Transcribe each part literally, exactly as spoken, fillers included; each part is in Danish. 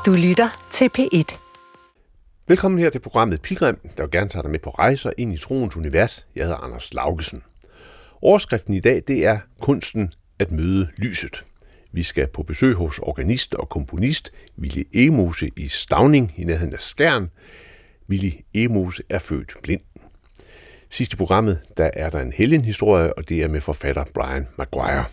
Du lytter til P et. Velkommen her til programmet Pilgrim, der vil gerne tage dig med på rejser ind i troens univers. Jeg hedder Anders Laugesen. Overskriften i dag, det er kunsten at møde lyset. Vi skal på besøg hos organist og komponist Willy Egmose i Stauning i nærheden af Skjern. Willy Egmose er født blind. Sidst i programmet, der er der en helgenhistorie, og det er med forfatter Brian Maguire.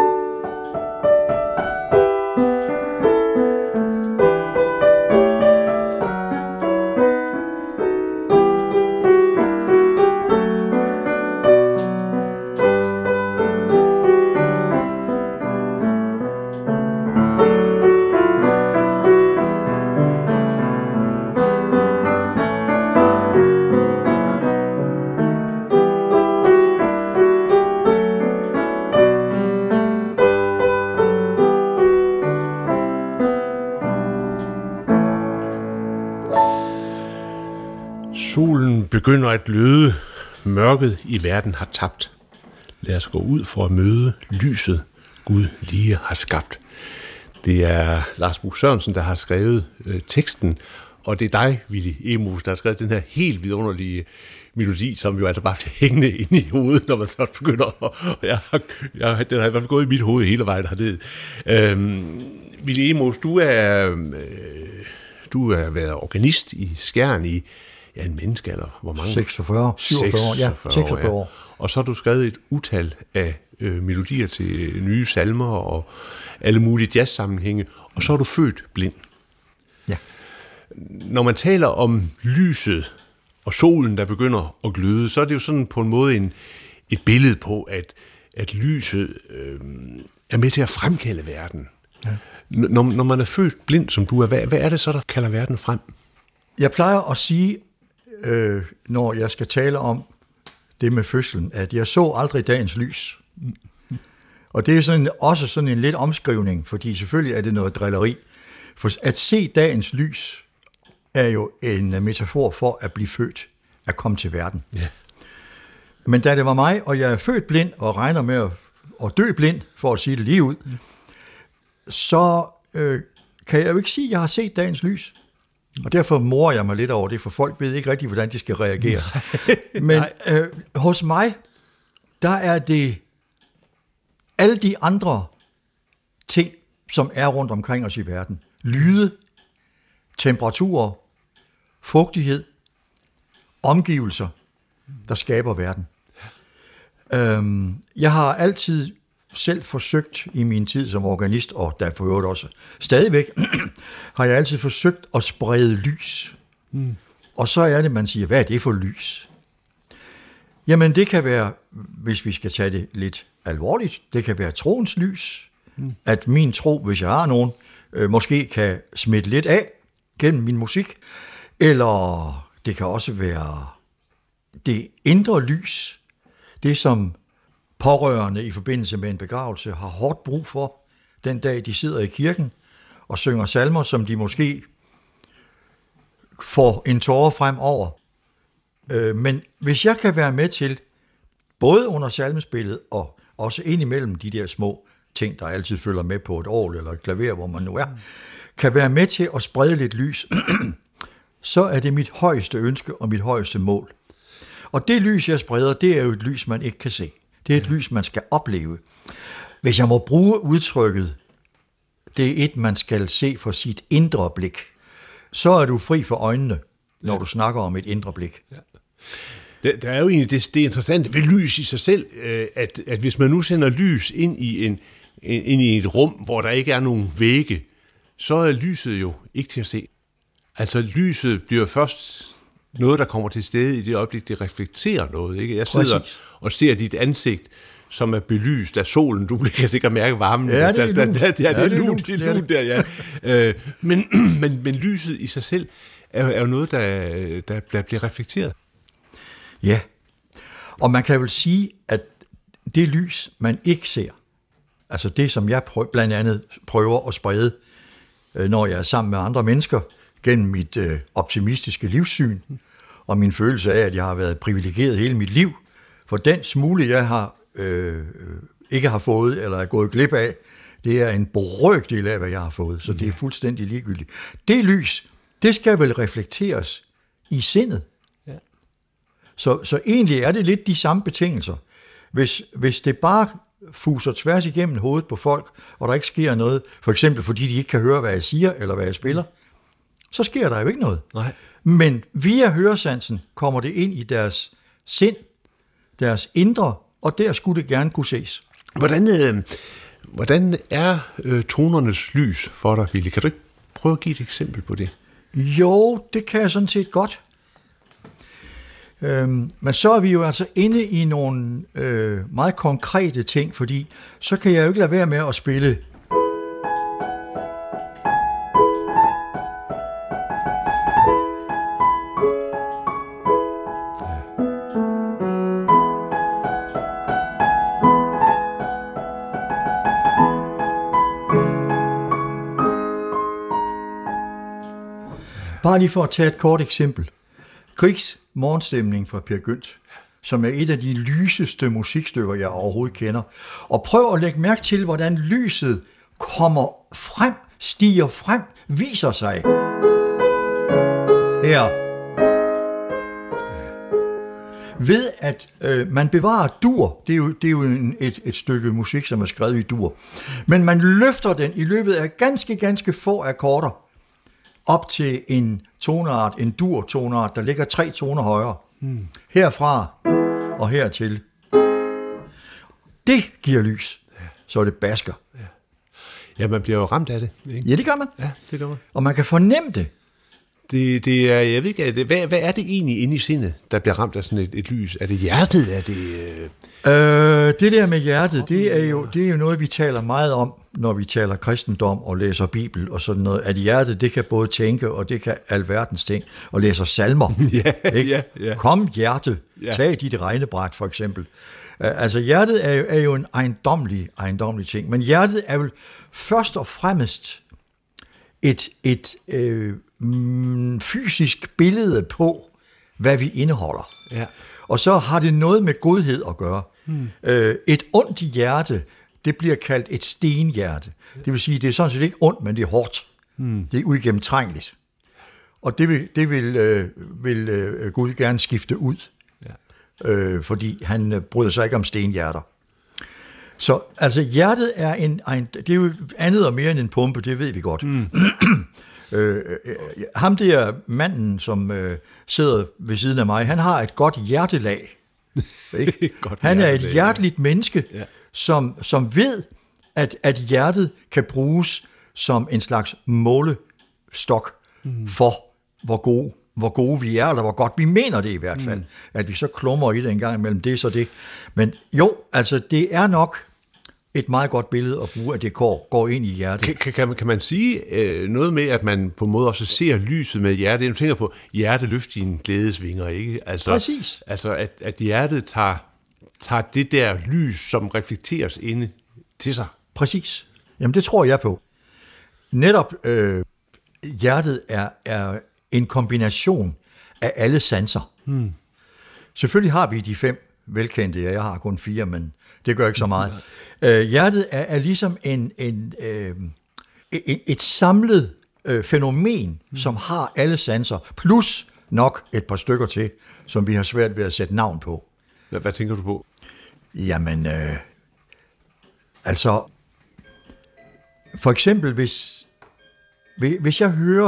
Solen begynder at gløde. Mørket i verden har tabt. Lad os gå ud for at møde lyset, Gud lige har skabt. Det er Lars Busk Sørensen, der har skrevet øh, teksten, og det er dig, Willy Egmose, der har skrevet den her helt vidunderlige melodi, som jo altså bare bliver hængende inde i hovedet, når man først begynder. Og jeg, jeg, den har i hvert fald gået i mit hoved hele vejen hernede. Øhm, Willy Egmose, du er, øh, du er været organist i Skjern i ja, en menneske, eller hvor mange? seksogfyrre, syvogfyrre år, ja, seksogfyrre år. Og så har du skrevet et utal af øh, melodier til nye salmer og alle mulige jazzsammenhænge, og så er du født blind. Ja. Når man taler om lyset og solen, der begynder at gløde, så er det jo sådan på en måde en, et billede på, at, at lyset øh, er med til at fremkalde verden. Ja. Når, når man er født blind, som du er, hvad, hvad er det så, der kalder verden frem? Jeg plejer at sige, øh, når jeg skal tale om det med fødslen, at jeg så aldrig dagens lys. Og det er sådan, også sådan en lidt omskrivning, fordi selvfølgelig er det noget drilleri. For at se dagens lys er jo en metafor for at blive født, at komme til verden. Ja. Men da det var mig, og jeg er født blind, og regner med at, at dø blind, for at sige det lige ud, ja. så øh, kan jeg jo ikke sige, at jeg har set dagens lys. Og derfor morer jeg mig lidt over det, for folk ved ikke rigtig, hvordan de skal reagere. Men øh, hos mig, der er det alle de andre ting, som er rundt omkring os i verden. Lyde, temperaturer, fugtighed, omgivelser, der skaber verden. Øhm, jeg har altid selv forsøgt i min tid som organist, og der for øvrigt også stadigvæk, har jeg altid forsøgt at sprede lys. Mm. Og så er det, man siger, hvad er det for lys? Jamen det kan være, hvis vi skal tage det lidt alvorligt, det kan være troens lys, mm. at min tro, hvis jeg har nogen, øh, måske kan smitte lidt af gennem min musik, eller det kan også være det indre lys, det som pårørende i forbindelse med en begravelse har hårdt brug for den dag, de sidder i kirken og synger salmer, som de måske får en tåre fremover. Men hvis jeg kan være med til, både under salmespillet og også indimellem de der små ting, der altid følger med på et orgel eller et klaver, hvor man nu er, kan være med til at sprede lidt lys, så er det mit højeste ønske og mit højeste mål. Og det lys, jeg spreder, det er jo et lys, man ikke kan se. Det er et ja. lys, man skal opleve. Hvis jeg må bruge udtrykket, det er et, man skal se for sit indre blik, så er du fri for øjnene, når ja. du snakker om et indre blik. Ja. Der, der er jo egentlig det, det interessante ved lys i sig selv, at, at hvis man nu sender lys ind i, en, ind i et rum, hvor der ikke er nogen vægge, så er lyset jo ikke til at se. Altså lyset bliver først noget, der kommer til stede i det øjeblik, det reflekterer noget. Ikke? Jeg sidder Præcis. og ser dit ansigt, som er belyst af solen. Du kan sikkert mærke varmen. Ja, det er lunt. Ja, det er lunt, det er lunt der, ja. øh, men, men, men lyset i sig selv er, er jo noget, der, der, der bliver reflekteret. Ja, og man kan vel sige, at det lys, man ikke ser, altså det, som jeg prøver, blandt andet prøver at sprede, når jeg er sammen med andre mennesker, gennem mit øh, optimistiske livssyn, og min følelse af, at jeg har været privilegeret hele mit liv, for den smule, jeg har øh, ikke har fået, eller er gået glip af, Det er en brøkdel af, hvad jeg har fået, så det er fuldstændig ligegyldigt. Det lys, det skal vel reflekteres i sindet. Ja. Så, så egentlig er det lidt de samme betingelser. Hvis, hvis det bare fuser tværs igennem hovedet på folk, og der ikke sker noget, for eksempel fordi de ikke kan høre, hvad jeg siger, eller hvad jeg spiller, så sker der jo ikke noget. Nej. Men via høresansen kommer det ind i deres sind, deres indre, og der skulle det gerne kunne ses. Hvordan, øh, hvordan er øh, tonernes lys for dig, Willy? Kan du ikke prøve at give et eksempel på det? Jo, det kan jeg sådan set godt. Øhm, men så er vi jo altså inde i nogle øh, meget konkrete ting, fordi så kan jeg jo ikke lade være med at spille Bare lige for at tage et kort eksempel. Griegs morgenstemning fra Peer Gynt, som er et af de lyseste musikstykker, jeg overhovedet kender. Og prøv at lægge mærke til, hvordan lyset kommer frem, stiger frem, viser sig. Her. Ved at øh, man bevarer dur, det er jo, det er jo en, et, et stykke musik, som er skrevet i dur, men man løfter den i løbet af ganske, ganske få akkorder, op til en toneart, en dur-toneart, der ligger tre toner højere. Hmm. Herfra og hertil. Det giver lys, ja. Så det basker. Ja. ja, man bliver jo ramt af det. Ikke? Ja, det gør man. Ja, det gør man. Og man kan fornemme det. Det, det er, jeg ved ikke, det, hvad, hvad er det egentlig inde i sindet, der bliver ramt af sådan et, et lys? Er det hjertet? Er det... Øh... Øh, det der med hjertet, det er, jo, det er jo noget, vi taler meget om, når vi taler kristendom og læser Bibel og sådan noget. At hjertet, det kan både tænke, og det kan alverdens ting, og læser salmer. ja, ikke? Ja, ja. Kom hjerte, ja. Tag dit regnebræt for eksempel. Altså hjertet er jo, er jo en ejendomlig, ejendomlig ting, men hjertet er vel først og fremmest et, et øh, mm, fysisk billede på, hvad vi indeholder. Ja. Og så har det noget med godhed at gøre. Hmm. Øh, et ondt i hjerte, det bliver kaldt et stenhjerte. Det vil sige, det er sådan set ikke ondt, men det er hårdt. Hmm. Det er uigennemtrængeligt. Og det vil, det vil, øh, vil øh, Gud gerne skifte ud, ja. øh, fordi han øh, bryder sig ikke om stenhjerter. Så altså hjertet er en, en, det er jo andet og mere end en pumpe, det ved vi godt. Mm. øh, øh, ham der manden, som øh, sidder ved siden af mig, han har et godt hjertelag. Ikke? godt han er et hjerteligt menneske, ja. som, som ved, at, at hjertet kan bruges som en slags målestok mm. for, hvor gode, hvor gode vi er, eller hvor godt vi mener det i hvert fald. Mm. At vi så klummer i det en gang imellem det, så det. Men jo, altså det er nok et meget godt billede at bruge, at det går, går ind i hjertet. Kan, kan, man, kan man sige øh, noget med, at man på en måde også ser lyset med hjertet? Du tænker på, hjertet løfter dine glædesvinger, ikke? Altså, præcis. Altså, at, at hjertet tager, tager det der lys, som reflekteres inde til sig. Præcis. Jamen, det tror jeg på. Netop øh, hjertet er, er en kombination af alle sanser. Hmm. Selvfølgelig har vi de fem velkendte, jeg har kun fire, men det gør ikke så meget. Øh, hjertet er, er ligesom en, en, øh, et, et samlet øh, fænomen, mm. som har alle sanser, plus nok et par stykker til, som vi har svært ved at sætte navn på. Hvad, hvad tænker du på? Jamen, øh, altså, for eksempel, hvis, hvis jeg hører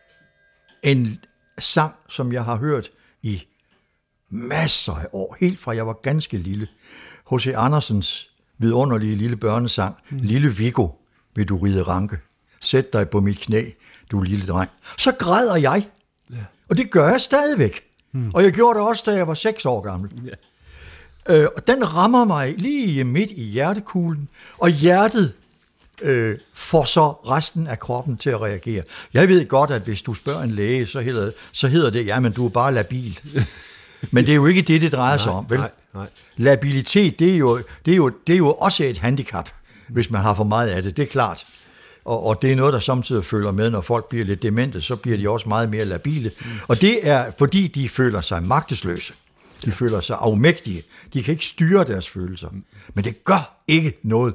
en sang, som jeg har hørt i masser af år, helt fra jeg var ganske lille, H C Andersens vidunderlige lille børnesang, mm. Lille Viggo, vil du ride ranke, sæt dig på mit knæ, du lille dreng. Så græder jeg, ja. Og det gør jeg stadigvæk. Mm. Og jeg gjorde det også, da jeg var seks år gammel. Ja. Øh, og den rammer mig lige midt i hjertekuglen, og hjertet øh, får så resten af kroppen til at reagere. Jeg ved godt, at hvis du spørger en læge, så hedder, så hedder det, ja, men du er bare labil. Men det er jo ikke det, det drejer sig om, vel? Nej, nej. Labilitet, det er, jo, det, er jo, det er jo også et handicap, hvis man har for meget af det, det er klart. Og, og det er noget, der samtidig følger med, når folk bliver lidt demente, så bliver de også meget mere labile. Mm. Og det er, fordi de føler sig magtesløse. De ja. føler sig afmægtige. De kan ikke styre deres følelser. Mm. Men det gør ikke noget.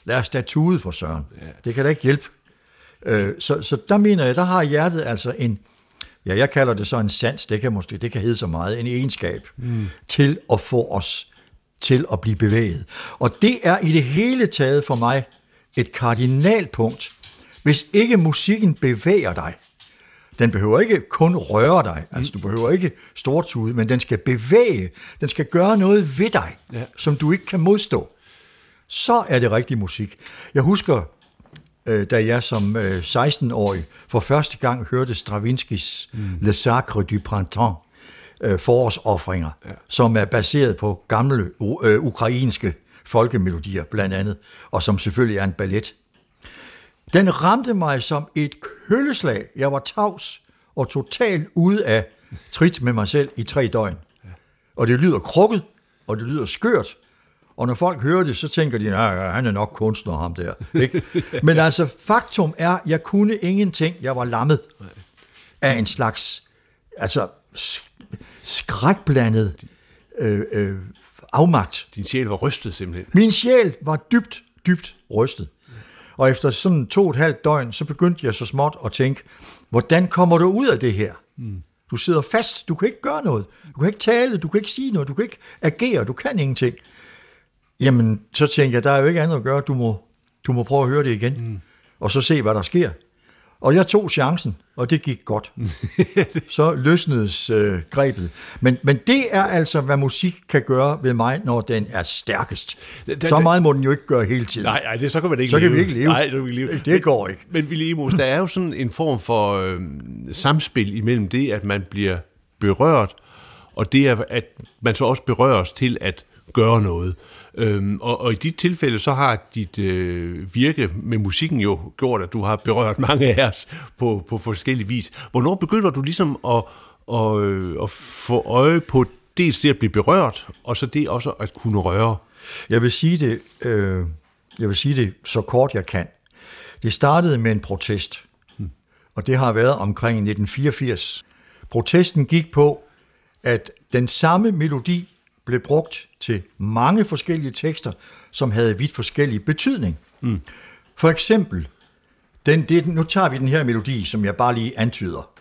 lad os da tude for søren. Ja. Det kan da ikke hjælpe. Øh, så, så der mener jeg, der har hjertet altså en, ja, jeg kalder det så en sans, det kan måske, det kan hedde så meget, en egenskab mm. til at få os til at blive bevæget. Og det er i det hele taget for mig et kardinalpunkt. Hvis ikke musikken bevæger dig, den behøver ikke kun røre dig, altså du behøver ikke stortude, men den skal bevæge, den skal gøre noget ved dig, ja. Som du ikke kan modstå. Så er det rigtig musik. Jeg husker, da jeg som seksten-årig for første gang hørte Stravinskys mm. Le Sacre du Printemps, forårsoffringer, ja. Som er baseret på gamle uh, ukrainske folkemelodier blandt andet, og som selvfølgelig er en ballet. Den ramte mig som et kølleslag. Jeg var tavs og totalt ude af trit med mig selv i tre døgn. Ja. Og det lyder krukket, og det lyder skørt. Og når folk hører det, så tænker de, at han er nok kunstner, ham der. Ikke? Men altså, faktum er, at jeg kunne ingenting. Jeg var lammet af en slags altså, skrækblandet øh, øh, afmagt. Din sjæl var rystet simpelthen. Min sjæl var dybt, dybt rystet. Og efter sådan to og et halvt døgn, så begyndte jeg så småt at tænke, hvordan kommer du ud af det her? Mm. Du sidder fast, du kan ikke gøre noget. Du kan ikke tale, du kan ikke sige noget, du kan ikke agere, du kan ingenting. Jamen, så tænkte jeg, der er jo ikke andet at gøre, du må, du må prøve at høre det igen, mm. og så se, hvad der sker. Og jeg tog chancen, og det gik godt. Så løsnedes øh, grebet. Men, men det er altså, hvad musik kan gøre ved mig, når den er stærkest. Da, så meget må den jo ikke gøre hele tiden. Nej, nej det, så kan man ikke så leve. Kan vi ikke leve. Nej, det, vi leve. det går ikke. Men, men Villy Emos, der er jo sådan en form for øh, samspil imellem det, at man bliver berørt, og det er, at man så også berøres til at gøre noget. Øhm, og, og i dit tilfælde, så har dit øh, virke med musikken jo gjort, at du har berørt mange af os på, på forskellige vis. Hvornår begynder du ligesom at, at, øh, at få øje på dels det at blive berørt, og så det også at kunne røre? Jeg vil sige det, øh, jeg vil sige det så kort jeg kan. Det startede med en protest, hmm. og det har været omkring nitten fireogfirs. Protesten gik på, at den samme melodi blev brugt til mange forskellige tekster, som havde vidt forskellige betydning. Mm. For eksempel, den, det, nu tager vi den her melodi, som jeg bare lige antyder.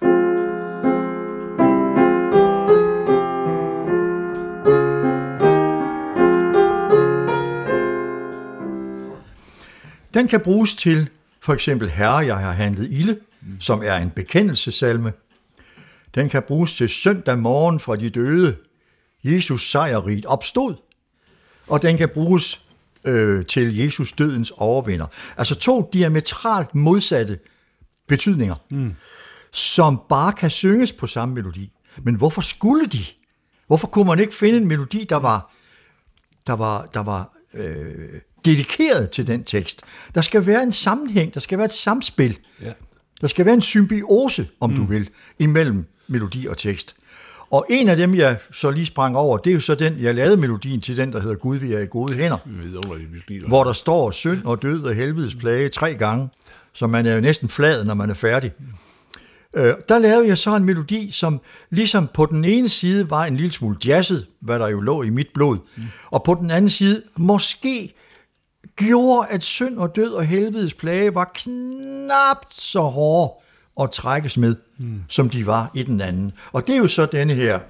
Den kan bruges til for eksempel Herre, jeg har handlet ilde, mm. som er en bekendelsessalme. Den kan bruges til Søndag morgen fra de døde, Jesus sejrrigt opstod, og den kan bruges øh, til Jesus dødens overvinder. Altså to diametralt modsatte betydninger, mm. som bare kan synges på samme melodi. Men hvorfor skulle de? Hvorfor kunne man ikke finde en melodi, der var, der var, der var øh, dedikeret til den tekst? Der skal være en sammenhæng, der skal være et samspil. Ja. Der skal være en symbiose, om mm. du vil, imellem melodi og tekst. Og en af dem, jeg så lige sprang over, det er jo så den, jeg lavede melodien til den, der hedder Gud, vi er i gode hænder. Hvor der står synd og død og helvedes plage tre gange, så man er jo næsten flad, når man er færdig. Øh, der lavede jeg så en melodi, som ligesom på den ene side var en lille smule jazzet, hvad der jo lå i mit blod, mm. og på den anden side måske gjorde, at synd og død og helvedes plage var knapt så hårde og trækkes med, mm. som de var i den anden. Og det er jo så denne her.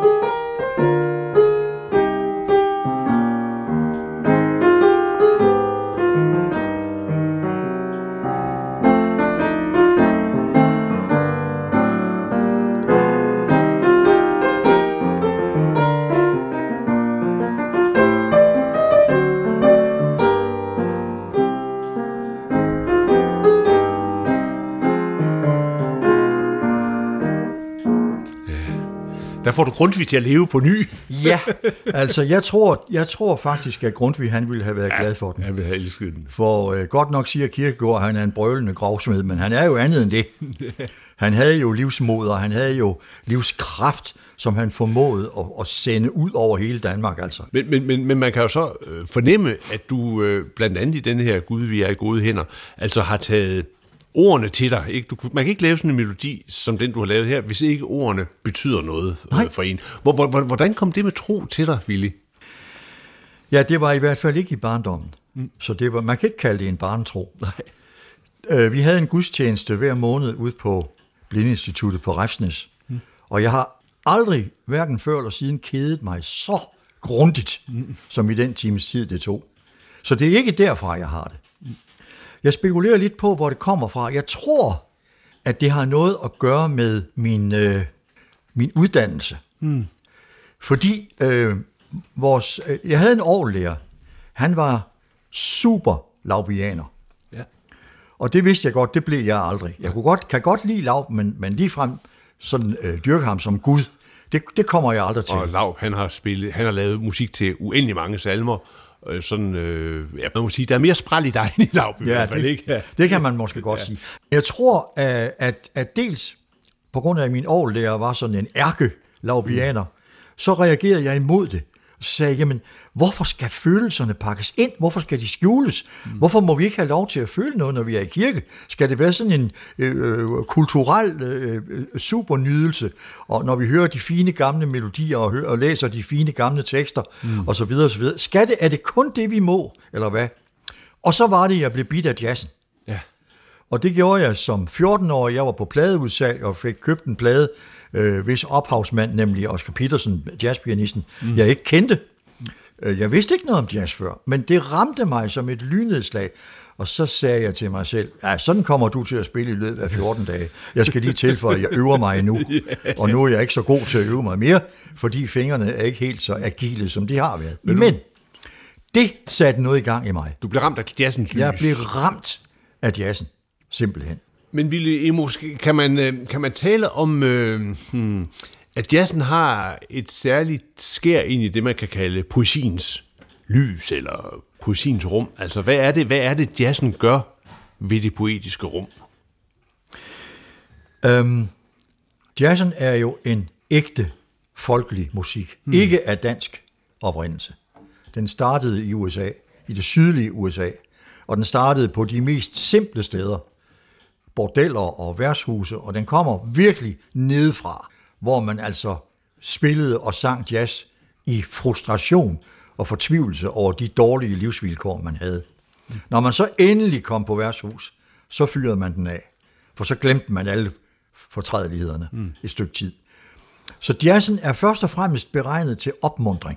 Der får du Grundtvig til at leve på ny. Ja, altså jeg tror, jeg tror faktisk, at Grundtvig han ville have været ja, glad for den. Han ville have elsket den. For øh, godt nok siger Kierkegaard, at han er en brølende gravsmed, men han er jo andet end det. Han havde jo livsmod, og han havde jo livskraft, som han formåede at, at sende ud over hele Danmark. Altså. Men, men, men, men man kan jo så fornemme, at du øh, blandt andet i denne her Gud, vi er i gode hænder, altså har taget ordene til dig. Ikke? Du, man kan ikke lave sådan en melodi, som den, du har lavet her, hvis ikke ordene betyder noget Nej. for en. Hvor, hvor, hvordan kom det med tro til dig, Villy? Ja, det var i hvert fald ikke i barndommen. Mm. Så det var, man kan ikke kalde det en barnetro. Nej. Øh, vi havde en gudstjeneste hver måned ude på Blindeinstituttet på Refsnæs, mm. og jeg har aldrig, hverken før eller siden, kedet mig så grundigt, mm. som i den times tid, det tog. Så det er ikke derfra, jeg har det. Mm. Jeg spekulerer lidt på, hvor det kommer fra. Jeg tror, at det har noget at gøre med min, øh, min uddannelse. Mm. Fordi øh, vores, øh, jeg havde en orgellærer. Han var super laubianer. Ja. Og det vidste jeg godt, det blev jeg aldrig. Jeg kunne godt, kan godt lide Laub, men, men ligefrem sådan øh, dyrke ham som Gud, det, det kommer jeg aldrig til. Og Laub, han har spillet, han har lavet musik til uendelig mange salmer. Øh, sådan, øh, ja, man må sige, der er mere spræl i dig end i Laub, i ja, hvert fald, det, ikke? Ja. Det kan man måske godt ja. sige. Jeg tror, at, at, at dels på grund af, at min orgellærer var sådan en ærke-laubianer, mm. så reagerede jeg imod det. Så sagde jeg, jamen, hvorfor skal følelserne pakkes ind? Hvorfor skal de skjules? Mm. Hvorfor må vi ikke have lov til at føle noget, når vi er i kirke? Skal det være sådan en øh, kulturel øh, supernydelse, og når vi hører de fine gamle melodier og, hører, og læser de fine gamle tekster, mm. og så videre, og så videre. Skal det, er det kun det, vi må, eller hvad? Og så var det, jeg blev bidt af jazzen. Ja. Og det gjorde jeg som fjorten-årig. Jeg var på pladeudsalg og fik købt en plade, øh, hvis ophavsmand, nemlig Oscar Peterson, jazzpianisten, mm. jeg ikke kendte. Jeg vidste ikke noget om jazz før, men det ramte mig som et lynnedslag. Og så sagde jeg til mig selv, ja, sådan kommer du til at spille i løbet af fjorten dage. Jeg skal lige tilføje, at jeg øver mig endnu. Og nu er jeg ikke så god til at øve mig mere, fordi fingrene er ikke helt så agile, som de har været. Men, men det satte noget i gang i mig. Du blev ramt af jazzens lys. Jeg blev ramt af jazzen, simpelthen. Men Ville Emos, kan man, kan man tale om, øh, hmm, at jazzen har et særligt skær ind i det, man kan kalde poesiens lys, eller poesiens rum? Altså, hvad er det, hvad er det jazzen gør ved det poetiske rum? Øhm, jazzen er jo en ægte folkelig musik, hmm. ikke af dansk oprindelse. Den startede i U S A, i det sydlige U S A, og den startede på de mest simple steder, bordeller og værtshuse, og den kommer virkelig nedefra, hvor man altså spillede og sang jazz i frustration og fortvivlelse over de dårlige livsvilkår, man havde. Når man så endelig kom på værtshus, så fyrede man den af, for så glemte man alle fortrædelighederne mm. et stykke tid. Så jazzen er først og fremmest beregnet til opmuntring.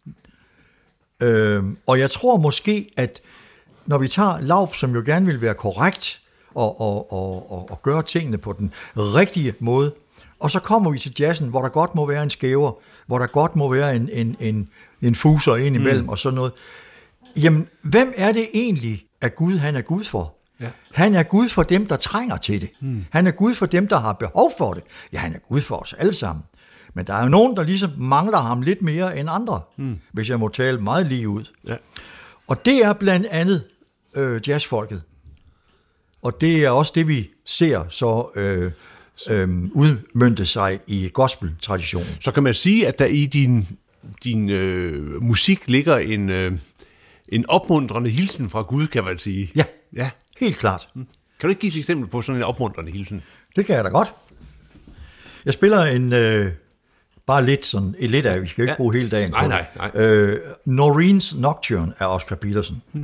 Øhm, og jeg tror måske, at når vi tager Laub, som jo gerne vil være korrekt og, og, og, og, og gøre tingene på den rigtige måde, og så kommer vi til jazzen, hvor der godt må være en skæver, hvor der godt må være en, en, en, en fuser ind imellem mm. og sådan noget. Jamen, hvem er det egentlig, at Gud han er Gud for? Ja. Han er Gud for dem, der trænger til det. Mm. Han er Gud for dem, der har behov for det. Ja, han er Gud for os alle sammen. Men der er jo nogen, der ligesom mangler ham lidt mere end andre, mm. hvis jeg må tale meget lige ud. Ja. Og det er blandt andet øh, jazzfolket. Og det er også det, vi ser så øh, øh, udmønte sig i gospel-traditionen. Så kan man sige, at der i din, din øh, musik ligger en, øh, en opmuntrende hilsen fra Gud, kan man sige. Ja, ja. Helt klart. Mm. Kan du ikke give et eksempel på sådan en opmuntrende hilsen? Det kan jeg da godt. Jeg spiller en... Øh, bare lidt sådan, lidt af, vi skal ikke ja. bruge hele dagen nej, på nej, nej. Øh, Noreens Nocturne af Oscar Peterson. Hmm.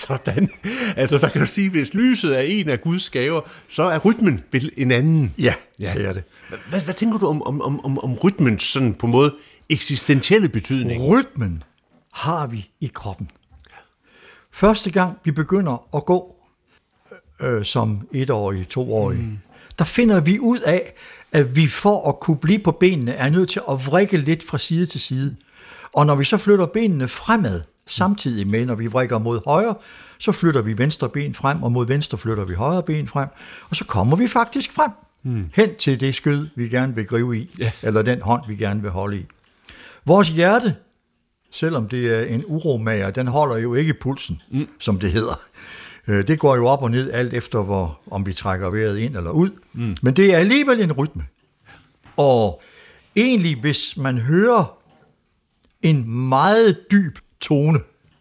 Sådan. Altså, der kan du sige, hvis lyset er en af Guds gaver, så er rytmen vel en anden. Ja, ja. Det er det. Hvad, hvad tænker du om, om, om, om, om rytmens sådan på en måde eksistentielle betydning? Rytmen har vi i kroppen. Første gang vi begynder at gå øh, som etårige, toårige, mm. der finder vi ud af, at vi for at kunne blive på benene, er nødt til at vrikke lidt fra side til side. Og når vi så flytter benene fremad, samtidig med, når vi vrikker mod højre, så flytter vi venstre ben frem, og mod venstre flytter vi højre ben frem, og så kommer vi faktisk frem, mm. hen til det skød, vi gerne vil gribe i, yeah. eller den hånd, vi gerne vil holde i. Vores hjerte, selvom det er en uromager, den holder jo ikke pulsen, mm. som det hedder. Det går jo op og ned, alt efter, hvor, om vi trækker vejret ind eller ud. Mm. Men det er alligevel en rytme. Og egentlig, hvis man hører en meget dyb tone,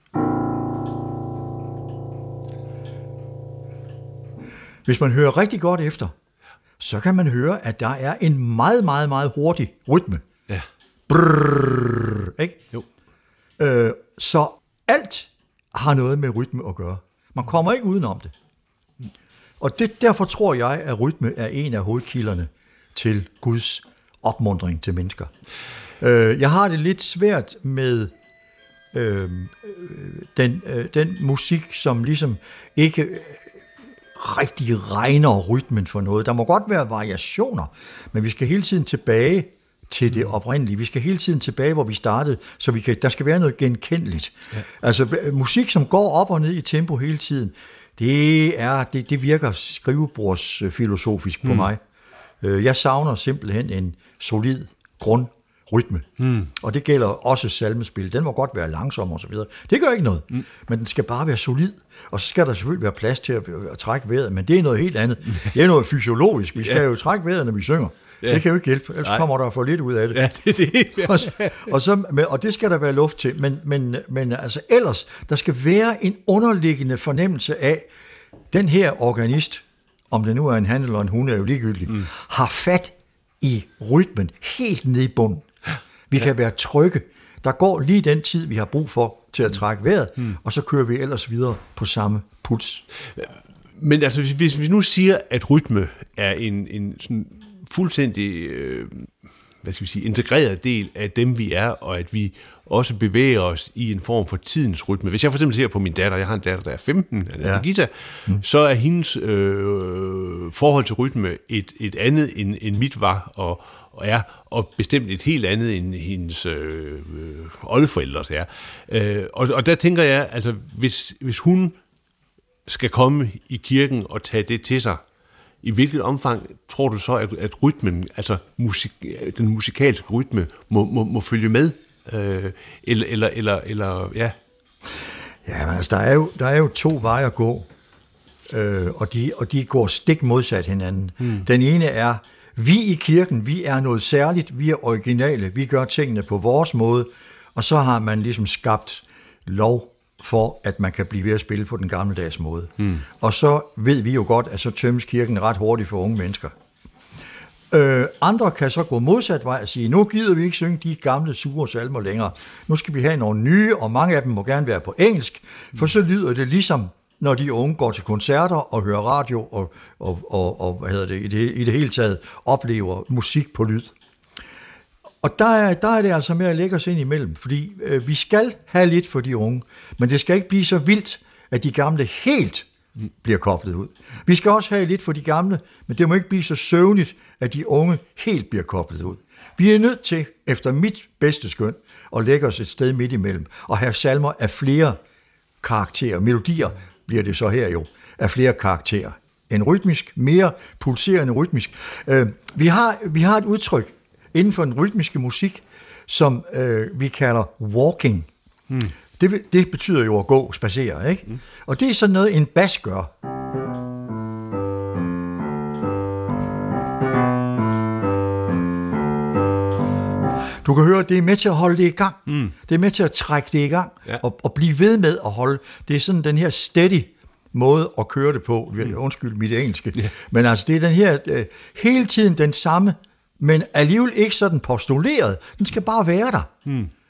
hvis man hører rigtig godt efter, så kan man høre, at der er en meget, meget, meget hurtig rytme. Ja. Brrr, ikke? Jo. Øh, så alt har noget med rytme at gøre. Man kommer ikke udenom det. Og det, derfor tror jeg, at rytme er en af hovedkilderne til Guds opmuntring til mennesker. Øh, jeg har det lidt svært med øh, den, øh, den musik, som ligesom ikke rigtig regner rytmen for noget. Der må godt være variationer, men vi skal hele tiden tilbage til det oprindelige. Vi skal hele tiden tilbage, hvor vi startede, så vi kan, der skal være noget genkendeligt. Ja. Altså musik, som går op og ned i tempo hele tiden, det, er, det, det virker skrivebordsfilosofisk på mm. mig. Jeg savner simpelthen en solid grundrytme. Mm. Og det gælder også salmespil. Den må godt være langsom og så videre. Det gør ikke noget, mm. men den skal bare være solid. Og så skal der selvfølgelig være plads til at, at trække vejret, men det er noget helt andet. Det er noget fysiologisk. Vi skal ja. jo trække vejret, når vi synger. Ja. Det kan jo ikke hjælpe, ellers Nej. kommer der for lidt ud af det. Ja, det er det. Ja. og, og, så, og det skal der være luft til, men, men, men altså ellers, der skal være en underliggende fornemmelse af, den her organist, om det nu er en han eller en hun, er jo ligegyldigt, mm. har fat i rytmen helt ned i bunden. Vi ja. kan være trygge. Der går lige den tid, vi har brug for til at trække vejret, mm. og så kører vi ellers videre på samme puls. Men altså, hvis vi nu siger, at rytme er en, en sådan fuldstændig øh, hvad skal vi sige, integreret del af dem, vi er, og at vi også bevæger os i en form for tidens rytme. Hvis jeg for eksempel ser på min datter, jeg har en datter, der er femten, ja. Gitta, mm. så er hendes øh, forhold til rytme et, et andet, end, end mit var, og, og er, og bestemt et helt andet, end hendes øh, oldeforældres er. Øh, og, og der tænker jeg, altså, hvis, hvis hun skal komme i kirken og tage det til sig, i hvilket omfang tror du så, at, at rytmen, altså musik, den musikalske rytme, må, må, må følge med? Øh, eller, eller, eller, eller, ja. Ja, men altså, der er jo, der er jo to veje at gå, øh, og, de, og de går stik modsat hinanden. Hmm. Den ene er, vi i kirken, vi er noget særligt, vi er originale, vi gør tingene på vores måde, og så har man ligesom skabt lov for, at man kan blive ved at spille på den gammeldags måde. Hmm. Og så ved vi jo godt, at så tømmes kirken ret hurtigt for unge mennesker. Øh, andre kan så gå modsat vej og sige, nu gider vi ikke synge de gamle sure salmer længere. Nu skal vi have nogle nye, og mange af dem må gerne være på engelsk, for så lyder det ligesom, når de unge går til koncerter og hører radio og, og, og, og hvad hedder det, i, det, i det hele taget oplever musik på lyd. Og der er, der er det altså med at lægge os ind imellem, fordi øh, vi skal have lidt for de unge, men det skal ikke blive så vildt, at de gamle helt bliver koblet ud. Vi skal også have lidt for de gamle, men det må ikke blive så søvnigt, at de unge helt bliver koblet ud. Vi er nødt til, efter mit bedste skøn, at lægge os et sted midt imellem, og have salmer af flere karakterer. Melodier bliver det så her jo, af flere karakterer. En rytmisk, mere pulserende rytmisk. Øh, vi, har, vi har et udtryk inden for den rytmiske musik, som øh, vi kalder walking. Hmm. Det, det betyder jo at gå, spacere, ikke? Mm. Og det er sådan noget, en bas gør. Du kan høre, det er med til at holde det i gang. Mm. Det er med til at trække det i gang, ja. og, og blive ved med at holde. Det er sådan den her steady måde at køre det på. Mm. Undskyld mit engelske. Yeah. Men altså, det er den her, øh, hele tiden den samme, men alligevel ikke sådan postuleret. Den skal bare være der. Mm.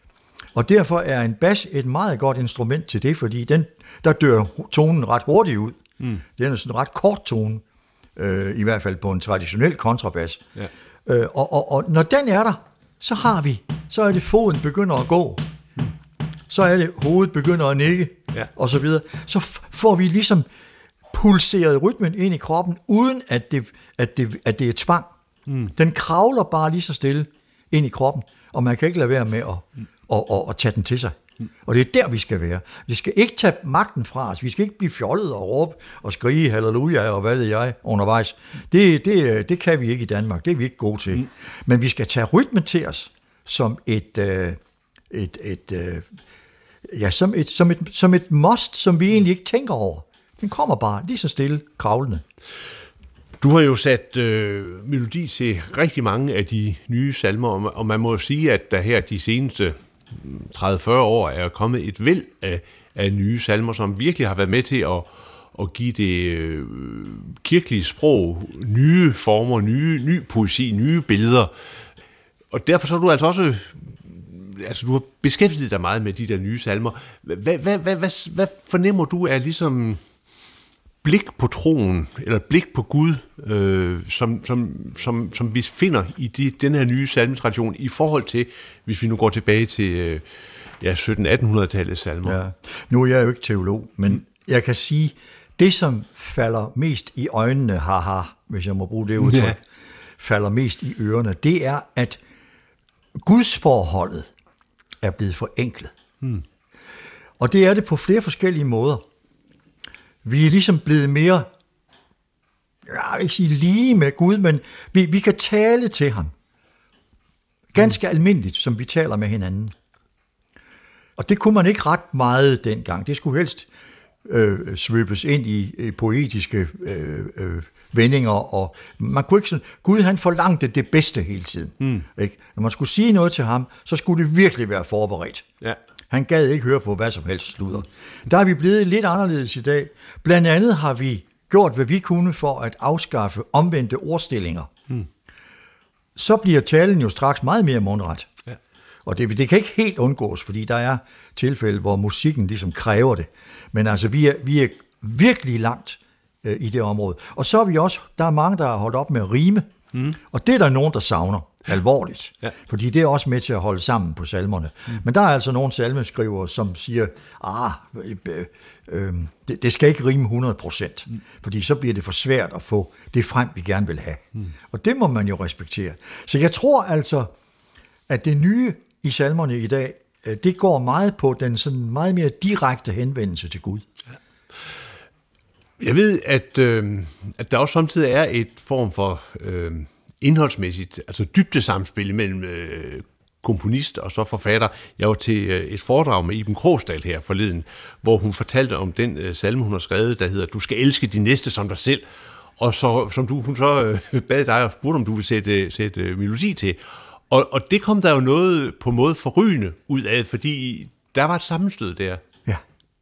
Og derfor er en bas et meget godt instrument til det, fordi den, der dør tonen ret hurtigt ud. Mm. Det er en sådan ret kort tone, øh, i hvert fald på en traditionel kontrabas. Ja. Øh, og, og, og når den er der, så har vi, så er det foden begynder at gå, mm. så er det hovedet begynder at nikke, ja. og så videre. Så f- får vi ligesom pulseret rytmen ind i kroppen, uden at det, at det, at det er tvang. Mm. Den kravler bare lige så stille ind i kroppen, og man kan ikke lade være med at, mm. at, at, at tage den til sig. Mm. Og det er der, vi skal være. Vi skal ikke tage magten fra os. Vi skal ikke blive fjollet og råbe og skrige halleluja og hvad ved jeg undervejs. Det, det, det kan vi ikke i Danmark. Det er vi ikke gode til. Mm. Men vi skal tage rytmen til os som et, øh, et, et, øh, ja, som et, som et, som et must, som vi egentlig ikke tænker over. Den kommer bare lige så stille kravlende. Du har jo sat øh, melodi til rigtig mange af de nye salmer, og man må jo sige, at der her de seneste tredive til fyrre år er kommet et væld af, af nye salmer, som virkelig har været med til at, at give det øh, kirkelige sprog nye former, nye, ny poesi, nye billeder. Og derfor så er du altså også, altså du har beskæftiget dig meget med de der nye salmer. Hvad, hvad, hvad, hvad, hvad fornemmer du er ligesom blik på troen, eller blik på Gud, øh, som, som, som, som vi finder i de, den her nye salmetradition, i forhold til, hvis vi nu går tilbage til øh, ja, sytten-attenhundrede-tallets salmer? Ja. Nu er jeg jo ikke teolog, men mm. jeg kan sige, det som falder mest i øjnene, haha, hvis jeg må bruge det udtryk, ja. falder mest i ørerne, det er, at gudsforholdet er blevet forenklet. Mm. Og det er det på flere forskellige måder. Vi er ligesom blevet mere, jeg vil ikke sige lige med Gud, men vi, vi kan tale til ham. Ganske mm. almindeligt, som vi taler med hinanden. Og det kunne man ikke ret meget dengang. Det skulle helst øh, svøbes ind i øh, poetiske øh, øh, vendinger, og man kunne ikke sådan, Gud han forlangte det bedste hele tiden. Mm. Ikke? Når man skulle sige noget til ham, så skulle det virkelig være forberedt. Ja. Han gad ikke høre på hvad som helst sludder. Der er vi blevet lidt anderledes i dag. Blandt andet har vi gjort, hvad vi kunne for at afskaffe omvendte ordstillinger. Hmm. Så bliver talen jo straks meget mere mundret. Ja. Og det, det kan ikke helt undgås, fordi der er tilfælde, hvor musikken ligesom kræver det. Men altså, vi er, vi er virkelig langt øh, i det område. Og så er vi også, der er mange, der har holdt op med at rime. Hmm. Og det er der nogen, der savner. Alvorligt, ja. Fordi det er også med til at holde sammen på salmerne. Mm. Men der er altså nogle salmeskrivere, som siger, ah, øh, øh, det, det skal ikke rime hundrede procent, mm. fordi så bliver det for svært at få det frem, vi gerne vil have. Mm. Og det må man jo respektere. Så jeg tror altså, at det nye i salmerne i dag, det går meget på den sådan meget mere direkte henvendelse til Gud. Ja. Jeg ved, at, øh, at der også samtidig er et form for Øh indholdsmæssigt, altså dybdesamspil mellem øh, komponist og så forfatter. Jeg var til øh, et foredrag med Iben Krogsdal her forleden, hvor hun fortalte om den øh, salme, hun har skrevet, der hedder, du skal elske din næste som dig selv, og så, som du, hun så øh, bad dig og spurgte, om du ville sætte, sætte øh, melodi til. Og, og det kom der jo noget på måde forrygende ud af, fordi der var et sammenstød der. Ja.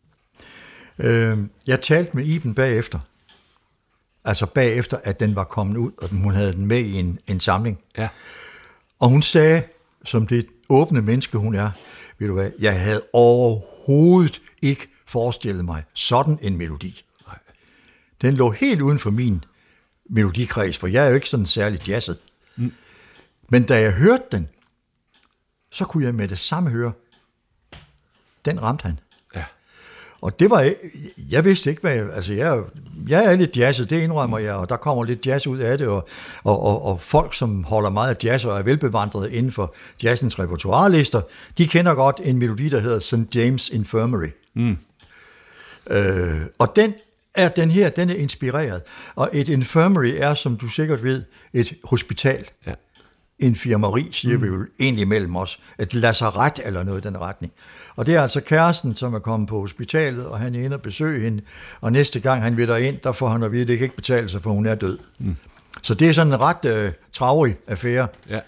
Øh, jeg talte med Iben bagefter, altså bagefter, at den var kommet ud, og hun havde den med i en, en samling. Ja. Og hun sagde, som det åbne menneske hun er, ved du hvad, jeg havde overhovedet ikke forestillet mig sådan en melodi. Nej. Den lå helt uden for min melodikreds, for jeg er jo ikke sådan særlig jazzet. Mm. Men da jeg hørte den, så kunne jeg med det samme høre, den ramte han. Og det var, jeg vidste ikke, hvad jeg, altså jeg, jeg er lidt jazzet, det indrømmer jeg, og der kommer lidt jazz ud af det, og, og, og, og folk, som holder meget af jazz og er velbevandrede inden for jazzens repertoirelister, de kender godt en melodi, der hedder Saint James Infirmary. Mm. Øh, og den er den her, den er inspireret, og et infirmary er, som du sikkert ved, et hospital. Ja. Infirmeri, siger mm. vi jo egentlig mellem os, et lazaret eller noget i den retning. Og det er altså kæresten, som er kommet på hospitalet, og han er inde og besøge hende, og næste gang han vil derind, der får han at vide, at det kan ikke betale sig, for hun er død. Mm. Så det er sådan en ret øh, travrig affære. Ja.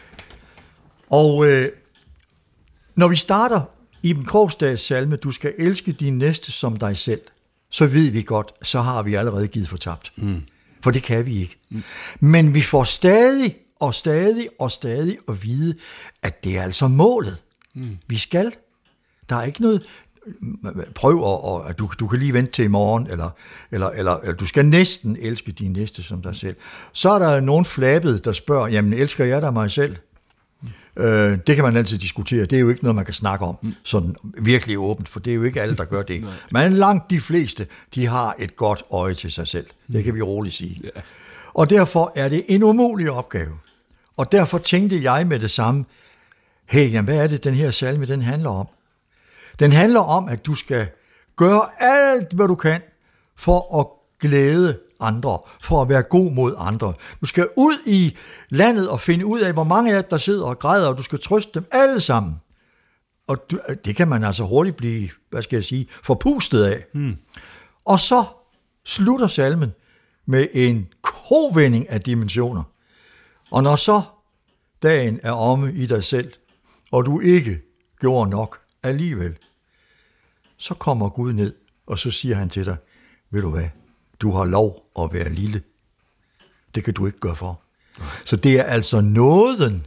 Og øh, når vi starter Iben Krogsdags salme, du skal elske din næste som dig selv, så ved vi godt, så har vi allerede givet fortabt. Mm. For det kan vi ikke. Mm. Men vi får stadig og stadig og stadig at vide, at det er altså målet. Mm. Vi skal. Der er ikke noget... Prøv at, at du, du kan lige vente til i morgen, eller, eller, eller, eller du skal næsten elske din næste som dig selv. Så er der nogen flabet, der spørger, jamen elsker jeg dig mig selv? Mm. Øh, det kan man altid diskutere. Det er jo ikke noget, man kan snakke om mm. sådan virkelig åbent, for det er jo ikke alle, der gør det. Men langt de fleste, de har et godt øje til sig selv. Det kan vi roligt sige. Yeah. Og derfor er det en umulig opgave. Og derfor tænkte jeg med det samme, hey, jamen, hvad er det, den her salme, den handler om? Den handler om, at du skal gøre alt, hvad du kan, for at glæde andre, for at være god mod andre. Du skal ud i landet og finde ud af, hvor mange af jer, der sidder og græder, og du skal trøste dem alle sammen. Og du, det kan man altså hurtigt blive, hvad skal jeg sige, forpustet af. Hmm. Og så slutter salmen med en kovending af dimensioner. Og når så dagen er omme i dig selv, og du ikke gjorde nok alligevel, så kommer Gud ned, og så siger han til dig, ved du hvad, du har lov at være lille. Det kan du ikke gøre for. Så det er altså nåden,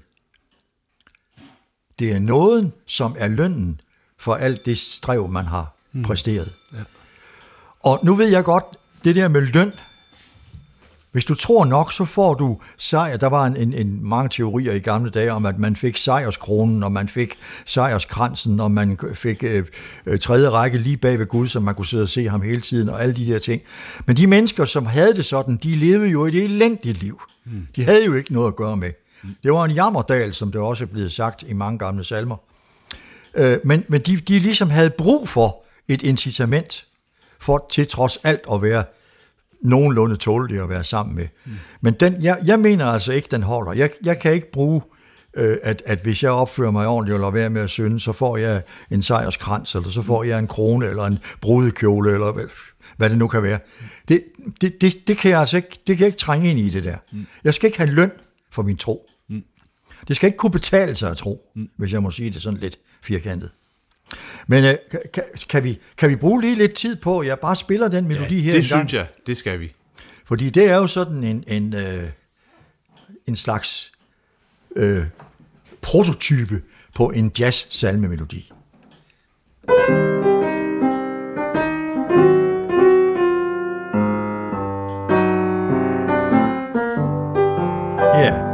det er nåden, som er lønnen for alt det strev, man har mm. præsteret. Ja. Og nu ved jeg godt, det der med løn, hvis du tror nok, så får du sejr. Der var en, en, en mange teorier i gamle dage om, at man fik sejrskronen, og man fik sejrskransen, og man fik øh, tredje række lige bag ved Gud, så man kunne sidde og se ham hele tiden, og alle de der ting. Men de mennesker, som havde det sådan, de levede jo et elendigt liv. Mm. De havde jo ikke noget at gøre med. Mm. Det var en jammerdal, som det også er blevet sagt i mange gamle salmer. Øh, men men de, de ligesom havde brug for et incitament, for til trods alt at være nogenlunde tålelig at være sammen med. Mm. Men den, jeg, jeg mener altså ikke, den holder. Jeg, jeg kan ikke bruge, øh, at, at hvis jeg opfører mig ordentligt og lader være med at synde, så får jeg en sejrskrans, eller så får jeg en krone, eller en brudekjole, eller hvad, hvad det nu kan være. Det, det, det, det kan jeg altså ikke, det kan jeg ikke trænge ind i det der. Mm. Jeg skal ikke have løn for min tro. Mm. Det skal ikke kunne betale sig at tro, mm. hvis jeg må sige det sådan lidt firkantet. Men øh, kan, kan, vi, kan vi bruge lige lidt tid på, at jeg bare spiller den melodi ja, her det en synes gang? jeg, det skal vi. Fordi det er jo sådan en, en, øh, en slags øh, prototype på en jazz-salmemelodi. Ja. Yeah.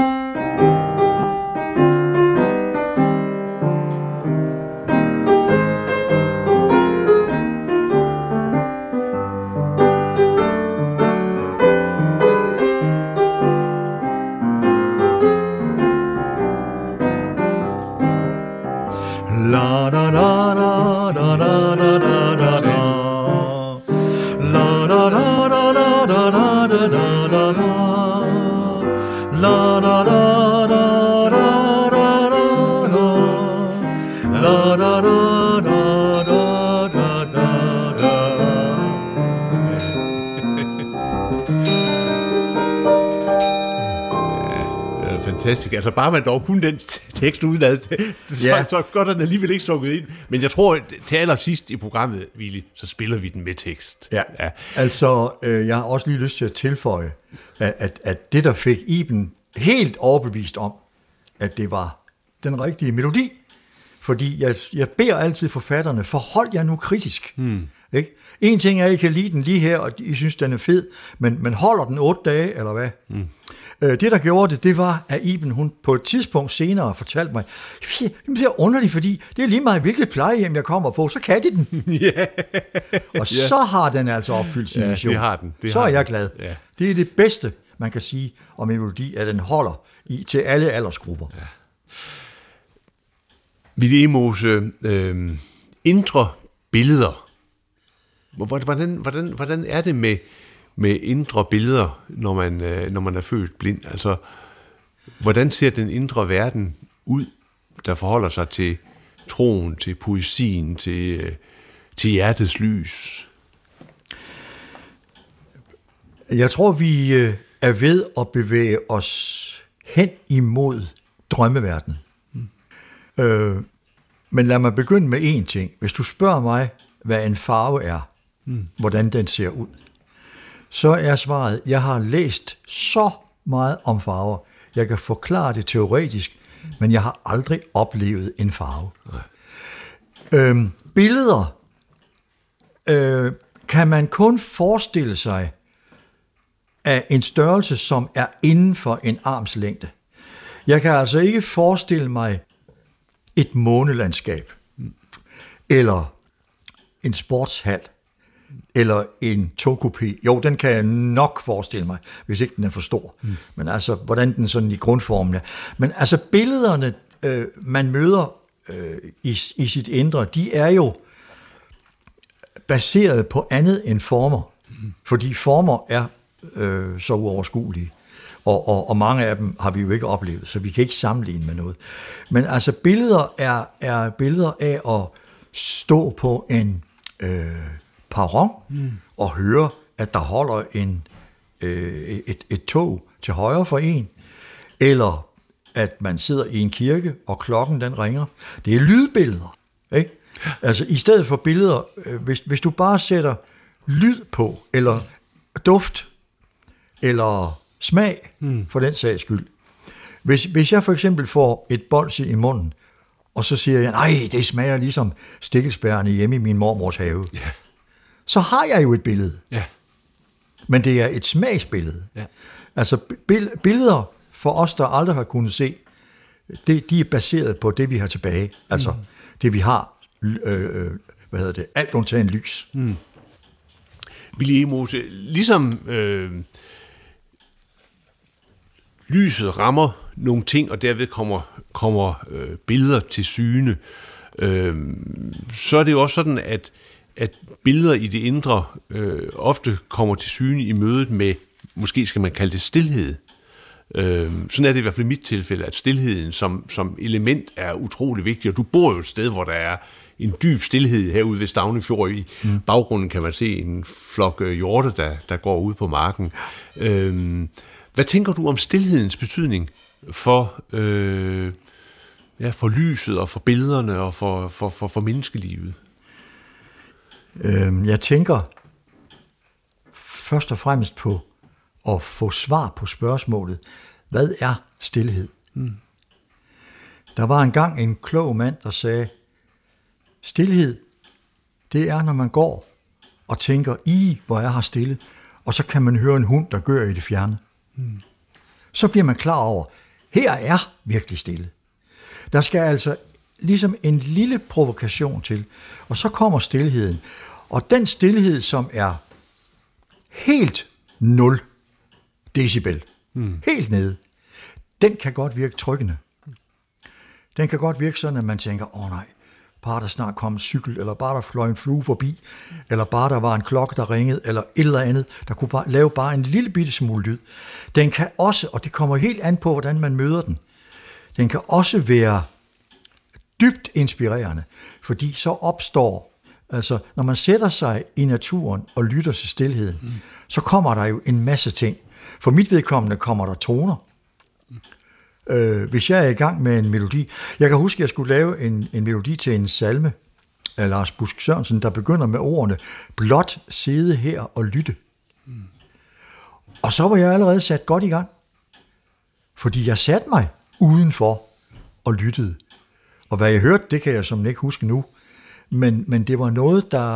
Fantastisk. Altså bare man dog kun den tekst udad, så, ja. så godt er den alligevel ikke sukket ind. Men jeg tror, til allersidst i programmet, Willy, så spiller vi den med tekst. Ja, ja. Altså, øh, jeg har også lige lyst til at tilføje, at, at, at det, der fik Iben helt overbevist om, at det var den rigtige melodi, fordi jeg, jeg beder altid forfatterne, forhold jer nu kritisk. Hmm. Ikke? En ting er, at I kan lide den lige her, og I synes, den er fed, men, men holder den otte dage, eller hvad? Hmm. Det, der gjorde det, det var, at Iben, hun på et tidspunkt senere fortalte mig, det er underligt, fordi det er lige meget, hvilket plejehjem jeg kommer på, så kan de den. Yeah. Og så yeah. har den altså opfyldt sin ja, mission. Det har den. Det så har er jeg den. glad. Ja. Det er det bedste, man kan sige om en melodi, at den holder i til alle aldersgrupper. Ja. Willy Mose, øh, indre billeder. Hvordan, hvordan, hvordan er det med med indre billeder, når man, øh, når man er født blind? Altså, hvordan ser den indre verden ud, der forholder sig til troen, til poesien, til, øh, til hjertets lys? Jeg tror, vi øh, er ved at bevæge os hen imod drømmeverdenen. Mm. Øh, men lad mig begynde med én ting. Hvis du spørger mig, hvad en farve er, mm. hvordan den ser ud, så er svaret, jeg har læst så meget om farver. Jeg kan forklare det teoretisk. men jeg har aldrig oplevet en farve. Øhm, billeder øh, kan man kun forestille sig af en størrelse, som er inden for en armslængde. Jeg kan altså ikke forestille mig et månelandskab, eller en sportshal, eller en togkupé. Jo, den kan jeg nok forestille mig, hvis ikke den er for stor. Mm. Men altså, hvordan den sådan i grundformen er. Men altså, billederne, øh, man møder øh, i, i sit indre, de er jo baseret på andet end former. Mm. Fordi former er øh, så uoverskuelige. Og, og, og mange af dem har vi jo ikke oplevet, så vi kan ikke sammenligne med noget. Men altså, billeder er, er billeder af at stå på en øh, perron mm. og høre, at der holder en, øh, et, et tog til højre for en, eller at man sidder i en kirke, og klokken den ringer. Det er lydbilleder, ikke? Altså, i stedet for billeder, øh, hvis, hvis du bare sætter lyd på, eller duft, eller smag, mm. for den sags skyld. Hvis, hvis jeg for eksempel får et bolsje i munden, og så siger jeg, nej, det smager ligesom stikkelsbærene hjemme i min mormors have. Yeah. Så har jeg jo et billede. Yeah. Men det er et smagsbillede. Yeah. Altså billeder for os, der aldrig har kunnet se, det, de er baseret på det, vi har tilbage. Altså mm. det, vi har, øh, hvad hedder det, alt undtagen lys. Mm. Willy Mose, ligesom øh, lyset rammer nogle ting, og derved kommer, kommer øh, billeder til syne, øh, så er det jo også sådan, at, at billeder i det indre øh, ofte kommer til syne i mødet med, måske skal man kalde det stilhed. Øh, sådan er det i hvert fald i mit tilfælde, at stilheden som, som element er utrolig vigtig, og du bor jo et sted, hvor der er en dyb stilhed herude ved Staunefjord. I mm. baggrunden kan man se en flok hjorte, der, der går ud på marken. Øh, hvad tænker du om stilhedens betydning for, øh, ja, for lyset og for billederne og for, for, for, for menneskelivet? Øh, jeg tænker først og fremmest på at få svar på spørgsmålet, hvad er stilhed? Mm. Der var engang en klog mand, der sagde, stilhed, det er, når man går og tænker, i, hvor jeg har stille, og så kan man høre en hund, der gør i det fjerne. Mm. Så bliver man klar over, her er virkelig stille. Der skal altså ligesom en lille provokation til, og så kommer stilheden. Og den stilhed, som er helt nul decibel, mm. helt nede, den kan godt virke tryggende. Den kan godt virke sådan, at man tænker, åh oh, nej, bare der snart kom en cykel, eller bare der fløj en flue forbi, eller bare der var en klokke, der ringede, eller et eller andet, der kunne bare, lave bare en lille bitte smule lyd. Den kan også, og det kommer helt an på, hvordan man møder den, den kan også være dybt inspirerende, fordi så opstår, altså når man sætter sig i naturen og lytter til stilheden, mm. så kommer der jo en masse ting. For mit vedkommende kommer der toner. Øh, hvis jeg er i gang med en melodi. Jeg kan huske, at jeg skulle lave en, en melodi til en salme af Lars Busk Sørensen, der begynder med ordene, blot sidde her og lytte. Mm. Og så var jeg allerede sat godt i gang. Fordi jeg satte mig udenfor og lyttede. Og hvad jeg hørte, det kan jeg som ikke huske nu. Men, men det var noget, der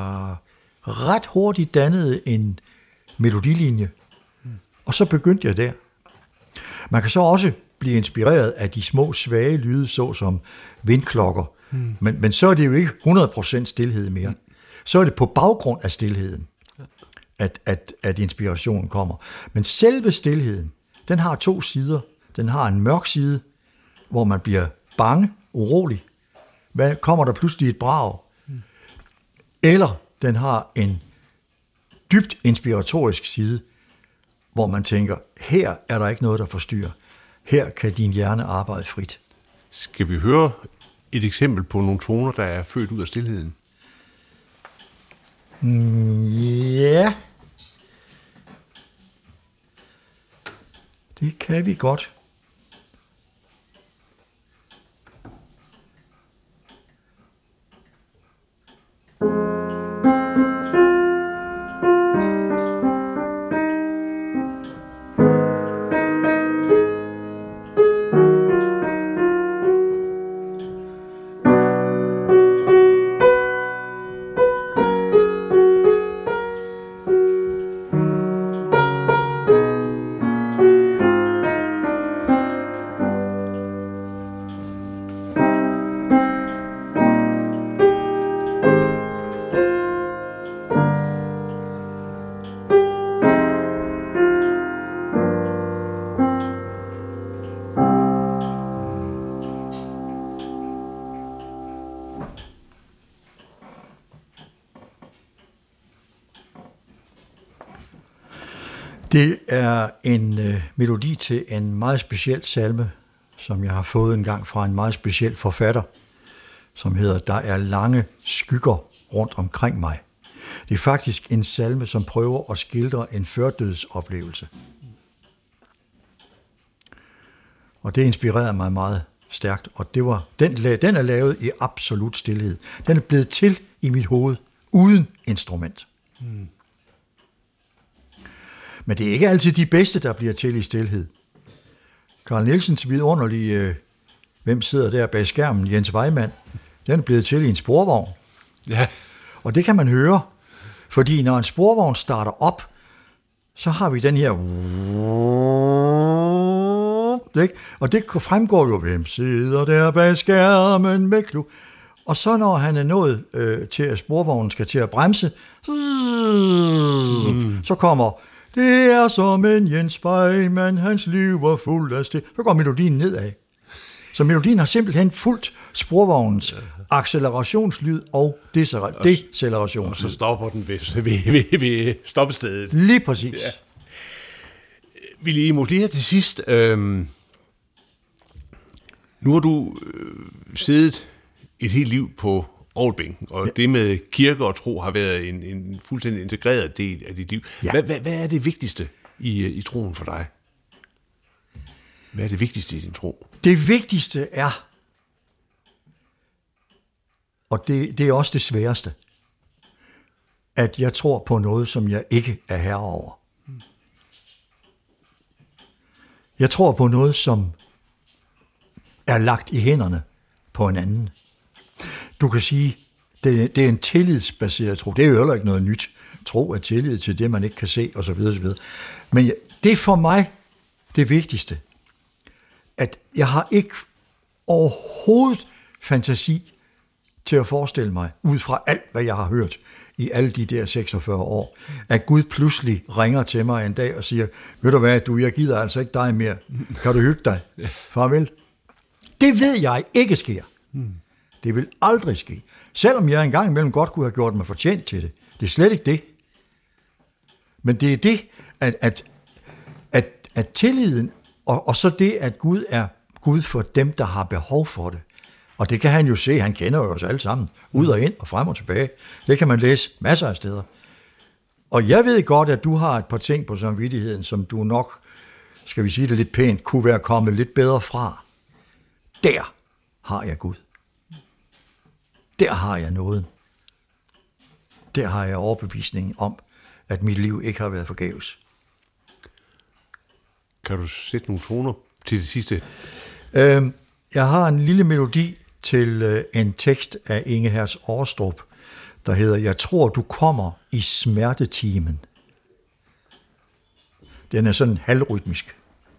ret hurtigt dannede en melodilinje. Mm. Og så begyndte jeg der. Man kan så også blive inspireret af de små, svage lyde, såsom vindklokker. Mm. Men, men så er det jo ikke hundrede procent stilhed mere. Mm. Så er det på baggrund af stilheden, at, at, at inspirationen kommer. Men selve stilheden, den har to sider. Den har en mørk side, hvor man bliver bange, urolig. Hvad kommer der pludselig et brag? Mm. Eller den har en dybt inspiratorisk side, hvor man tænker, her er der ikke noget, der forstyrrer. Her kan din hjerne arbejde frit. Skal vi høre et eksempel på nogle toner, der er født ud af stilheden? Mm, ja. Det kan vi godt. Det er en øh, melodi til en meget speciel salme, som jeg har fået en gang fra en meget speciel forfatter, som hedder Der er lange skygger rundt omkring mig. Det er faktisk en salme, som prøver at skildre en førdødsoplevelse. Og det inspirerede mig meget stærkt, og det var, den, den er lavet i absolut stilhed. Den er blevet til i mit hoved, uden instrument. Mm. Men det er ikke altid de bedste, der bliver til i stilhed. Carl Nielsens vidunderlige, øh, hvem sidder der bag skærmen, Jens Weimann, den er blevet til i en sporvogn. Ja. Og det kan man høre, fordi når en sporvogn starter op, så har vi den her... Og det fremgår jo, hvem sidder der bag skærmen med klu. Og så når han er nået øh, til, at sporvognen skal til at bremse, mm. så kommer... Det er som en Jens Weimann, hans liv var fuld af sted. Så går melodien nedad. Så melodien har simpelthen fulgt sporvognens accelerationslyd og decelerationslyd. Og så stopper den ved, ved, ved, ved stoppestedet. Lige præcis. Ja. Willy Emos, lige her til sidst. Øhm, nu har du øh, siddet et helt liv på orgelbænken, og ja. Det med kirke og tro har været en, en fuldstændig integreret del af dit liv. Ja. Hvad, hvad, hvad er det vigtigste i, i troen for dig? Hvad er det vigtigste i din tro? Det vigtigste er, og det, det er også det sværeste, at jeg tror på noget, som jeg ikke er herre over. Jeg tror på noget, som er lagt i hænderne på en anden. Du kan sige, det, det er en tillidsbaseret tro. Det er jo heller ikke noget nyt. Tro er tillid til det, man ikke kan se, osv. osv. Men det er for mig det vigtigste, at jeg har ikke overhovedet fantasi til at forestille mig, ud fra alt, hvad jeg har hørt i alle de der seksogfyrre år, at Gud pludselig ringer til mig en dag og siger, ved du hvad, du, jeg gider altså ikke dig mere. Kan du hygge dig? Farvel. Det ved jeg ikke sker. Det vil aldrig ske. Selvom jeg engang imellem godt kunne have gjort mig fortjent til det. Det er slet ikke det. Men det er det, at, at, at, at tilliden, og, og så det, at Gud er Gud for dem, der har behov for det. Og det kan han jo se, han kender jo os alle sammen, ud og ind og frem og tilbage. Det kan man læse masser af steder. Og jeg ved godt, at du har et par ting på samvittigheden, som du nok, skal vi sige det lidt pænt, kunne være kommet lidt bedre fra. Der har jeg Gud. Der har jeg noget. Der har jeg overbevisningen om, at mit liv ikke har været forgæves. Kan du sætte nogle toner til det sidste? Øhm, jeg har en lille melodi til øh, en tekst af Inge Hertz Aarestrup, der hedder, Jeg tror, du kommer i smertetimen. Den er sådan halvrytmisk.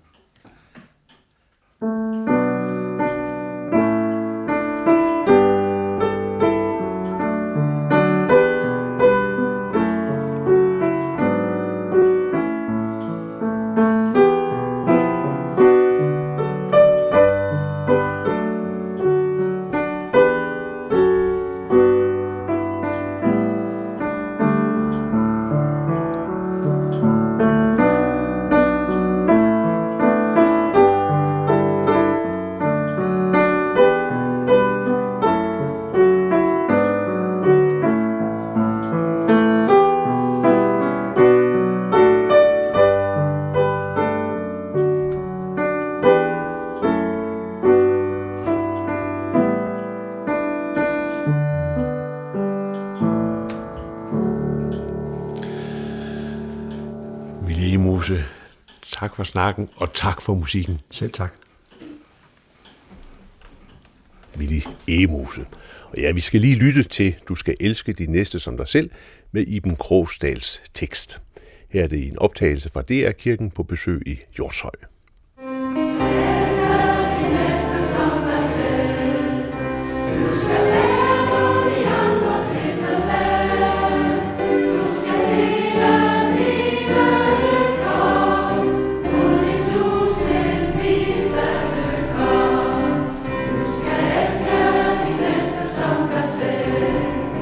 Tak for snakken, og tak for musikken. Selv tak. Willy Emos. Og ja, vi skal lige lytte til Du skal elske de næste som dig selv med Iben Krogsdals tekst. Her er det en optagelse fra D R-kirken på besøg i Hjortshøj.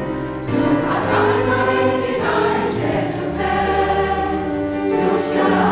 Du skal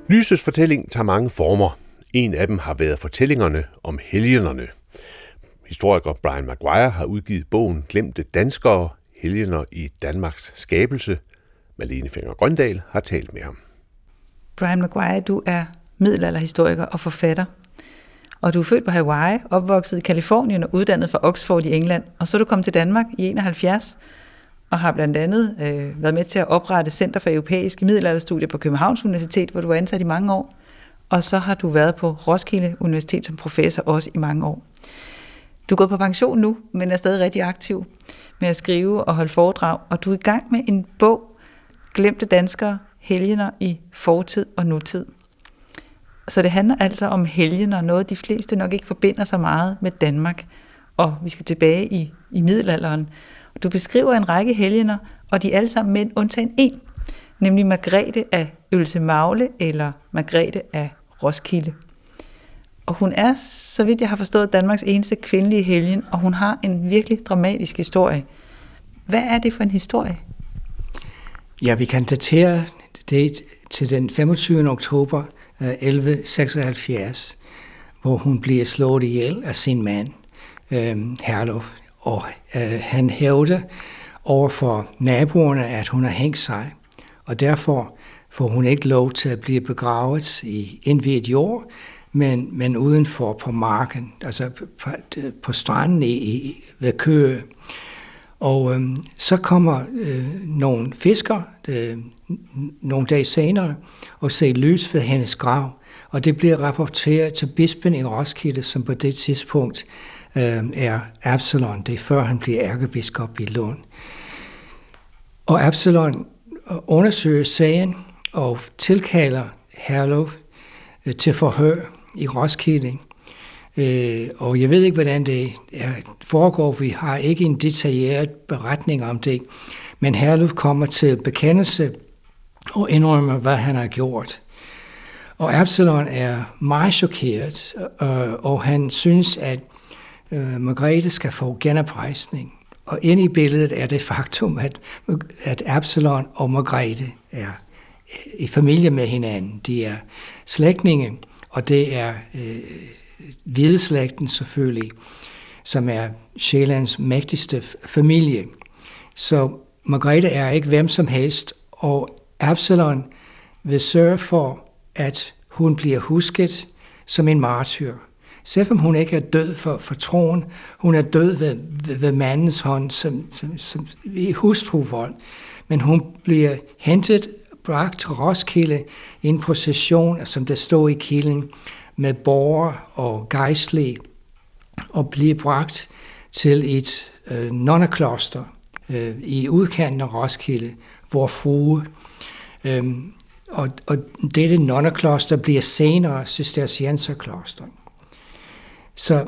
Lysets fortælling tager mange former. En af dem har været fortællingerne om helgenerne. Historiker Brian Maguire har udgivet bogen Glemte danskere, helgener i Danmarks skabelse. Malene Fenger-Grøndahl har talt med ham. Brian Maguire, du er middelalderhistoriker og forfatter. Og du er født på Hawaii, opvokset i Californien og uddannet fra Oxford i England. Og så er du kommet til Danmark i enoghalvfjerds og har blandt andet øh, været med til at oprette Center for Europæiske Middelalderstudier på Københavns Universitet, hvor du var ansat i mange år. Og så har du været på Roskilde Universitet som professor også i mange år. Du er gået på pension nu, men er stadig rigtig aktiv med at skrive og holde foredrag. Og du er i gang med en bog, Glemte danskere, helgener i fortid og nutid. Så det handler altså om helgener, noget de fleste nok ikke forbinder så meget med Danmark. Og vi skal tilbage i, i middelalderen. Du beskriver en række helgener, og de er alle sammen mænd undtagen en, nemlig Margrethe af Ølsemagle eller Margrethe af Roskilde. Og hun er, så vidt jeg har forstået, Danmarks eneste kvindelige helgen, og hun har en virkelig dramatisk historie. Hvad er det for en historie? Ja, vi kan datere det til den femogtyvende oktober elleve seksoghalvfjerds, hvor hun bliver slået ihjel af sin mand, øh, Herluf. Og øh, han hævder over for naboerne, at hun har hængt sig, og derfor får hun ikke lov til at blive begravet i indviet jord, men, men udenfor på marken, altså på, på stranden i, i, ved Køge. Og øh, så kommer øh, nogle fiskere øh, nogle dage senere og ser lys ved hendes grav, og det bliver rapporteret til bispen i Roskilde, som på det tidspunkt øh, er Absalon. Det er før han bliver ærkebiskop i Lund. Og Absalon undersøger sagen og tilkalder Herluf øh, til forhør i Roskilde. Øh, og jeg ved ikke, hvordan det er, foregår. Vi har ikke en detaljeret beretning om det. Men Herluf kommer til bekendelse og indrømmer, hvad han har gjort. Og Absalon er meget chokeret, øh, og han synes, at øh, Margrethe skal få genoprejsning. Og inde i billedet er det faktum, at, at Absalon og Margrethe er i familie med hinanden. De er slægtninge, og det er øh, hvideslægten selvfølgelig, som er Sjællands mægtigste familie. Så Margrethe er ikke hvem som helst, og Absalon vil sørge for, at hun bliver husket som en martyr. Selvom hun ikke er død for, for troen, hun er død ved, ved, ved mandens hånd som, som, som i hustruvold. Men hun bliver hentet, bragt til Roskilde i en procession, som der står i kilden, med borgere og gejstlige, og bliver bragt til et øh, nonnekloster øh, i udkanten af Roskilde, Vor Frue. Øhm, og, og dette nonnekloster bliver senere Cistercienserkloster. Så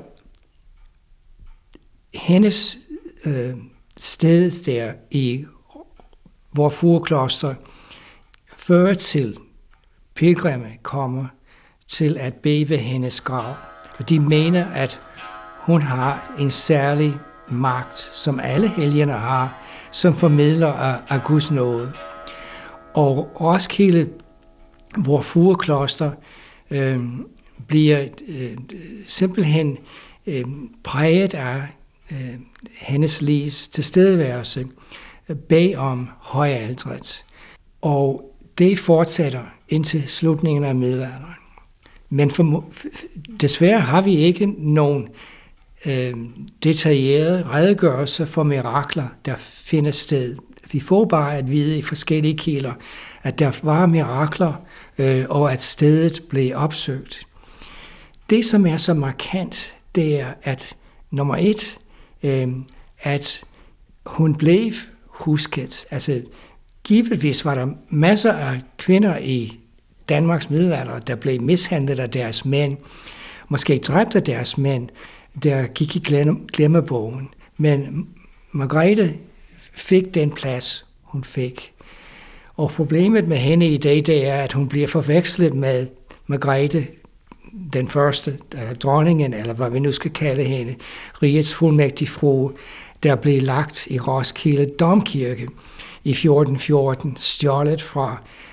hendes øh, sted der i Vor Frue kloster fører til pilgrimme kommer til at bede ved hendes grav. Og de mener, at hun har en særlig magt, som alle helgener har, som formidler af, af Guds nåde. Og Roskilde, Vor Frue kloster, øh, bliver øh, simpelthen øh, præget af øh, hendes ligs tilstedeværelse bag om højaltret. Og det fortsætter indtil slutningen af middelalderen. Men for, desværre har vi ikke nogen øh, detaljerede redegørelser for mirakler, der finder sted. Vi får bare at vide i forskellige kilder, at der var mirakler, øh, og at stedet blev opsøgt. Det, som er så markant, det er, at nummer et, øh, at hun blev husket. Altså, givetvis var der masser af kvinder i Danmarks middelalder, der blev mishandlet af deres mænd, måske dræbt af deres mænd, der gik i glemmebogen. Men Margrethe fik den plads, hun fik. Og problemet med hende i dag, det er, at hun bliver forvekslet med Margrethe, den første, eller dronningen, eller hvad vi nu skal kalde hende, rigets fuldmægtige frue, der blev lagt i Roskilde Domkirke i fjorten fjorten, stjålet fra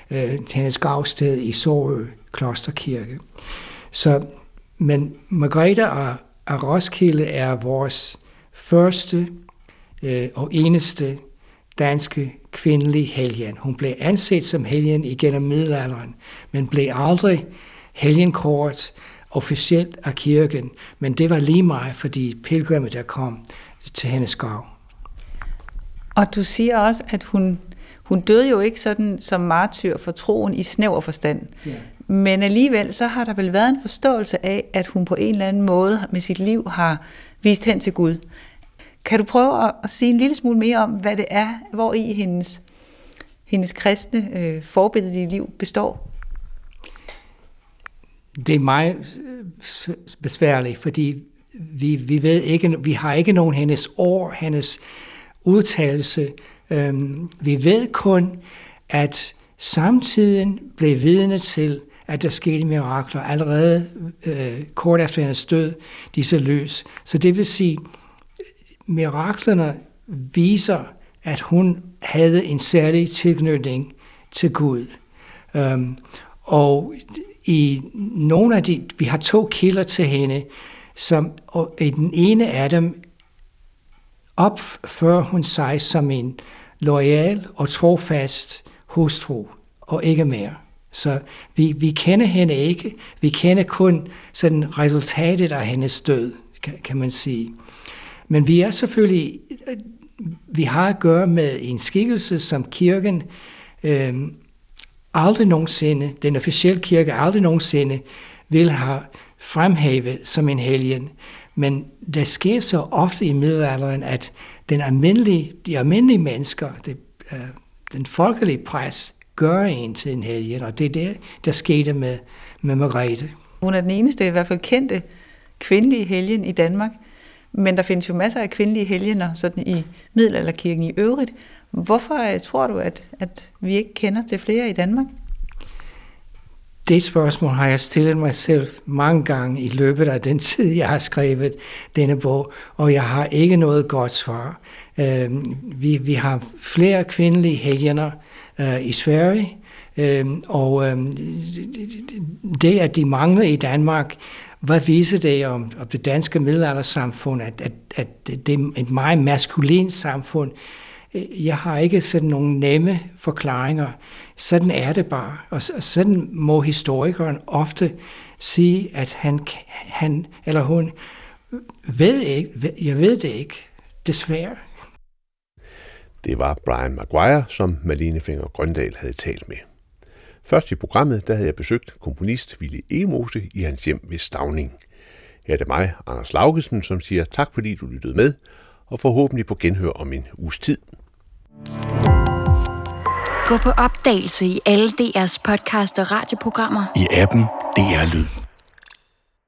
øh, hendes gravsted i Sorø Klosterkirke. Så, men Margrethe af, af Roskilde er vores første øh, og eneste danske kvindelige helgen. Hun blev anset som helgen igennem middelalderen, men blev aldrig helgenkåret officielt af kirken. Men det var lige meget, fordi pilgrimme, der kom til hendes grav. Og du siger også, at hun, hun døde jo ikke sådan som martyr for troen i snæver forstand. Yeah. Men alligevel så har der vel været en forståelse af, at hun på en eller anden måde med sit liv har vist hen til Gud. Kan du prøve at, at sige en lille smule mere om, hvad det er, hvor i hendes, hendes kristne øh, forbilledlige liv består? Det er meget besværligt, fordi vi, vi ved ikke, vi har ikke nogen hendes ord, hendes udtalelse. Øhm, vi ved kun, at samtiden blev vidne til, at der skete mirakler allerede øh, kort efter hendes død, disse løs. Så det vil sige, miraklerne viser, at hun havde en særlig tilknytning til Gud. Øhm, og i nogle af de, vi har to kilder til hende, som, og i den ene af dem opfører hun sig som en loyal og trofast hustru, og ikke mere. Så vi, vi kender hende ikke, vi kender kun sådan resultatet af hendes død, kan, kan man sige. Men vi er selvfølgelig, vi har at gøre med en skikkelse, som kirken øh, aldrig nogensinde, den officielle kirke aldrig nogensinde vil have fremhævet som en helgen. Men det sker så ofte i middelalderen, at den almindelige, de almindelige mennesker, det, øh, den folkelige pres, gør en til en helgen, og det er det, der skete med, med Margrethe. Hun er den eneste, i hvert fald kendte, kvindelige helgen i Danmark, men der findes jo masser af kvindelige helgener sådan i middelalderkirken i øvrigt. Hvorfor tror du, at, at vi ikke kender til flere i Danmark? Det spørgsmål har jeg stillet mig selv mange gange i løbet af den tid, jeg har skrevet denne bog, og jeg har ikke noget godt svar. Øh, vi, vi har flere kvindelige helgener øh, i Sverige, øh, og øh, det, at de mangler i Danmark, hvad viser det om, om det danske middelaldersamfund, at, at, at det er et meget maskulint samfund? Jeg har ikke sådan nogle nemme forklaringer. Sådan er det bare. Og sådan må historikeren ofte sige, at han, han eller hun ved ikke, jeg ved det ikke, desværre. Det var Brian Maguire, som Malene Fenger-Grøndahl havde talt med. Først i programmet, der havde jeg besøgt komponist Willy Egemose i hans hjem ved Stauning. Her er det mig, Anders Laugesen, som siger tak, fordi du lyttede med, og forhåbentlig på genhør om en uges tid. Gå på opdagelse i alle D R's podcast og radioprogrammer. I appen D R Lyd.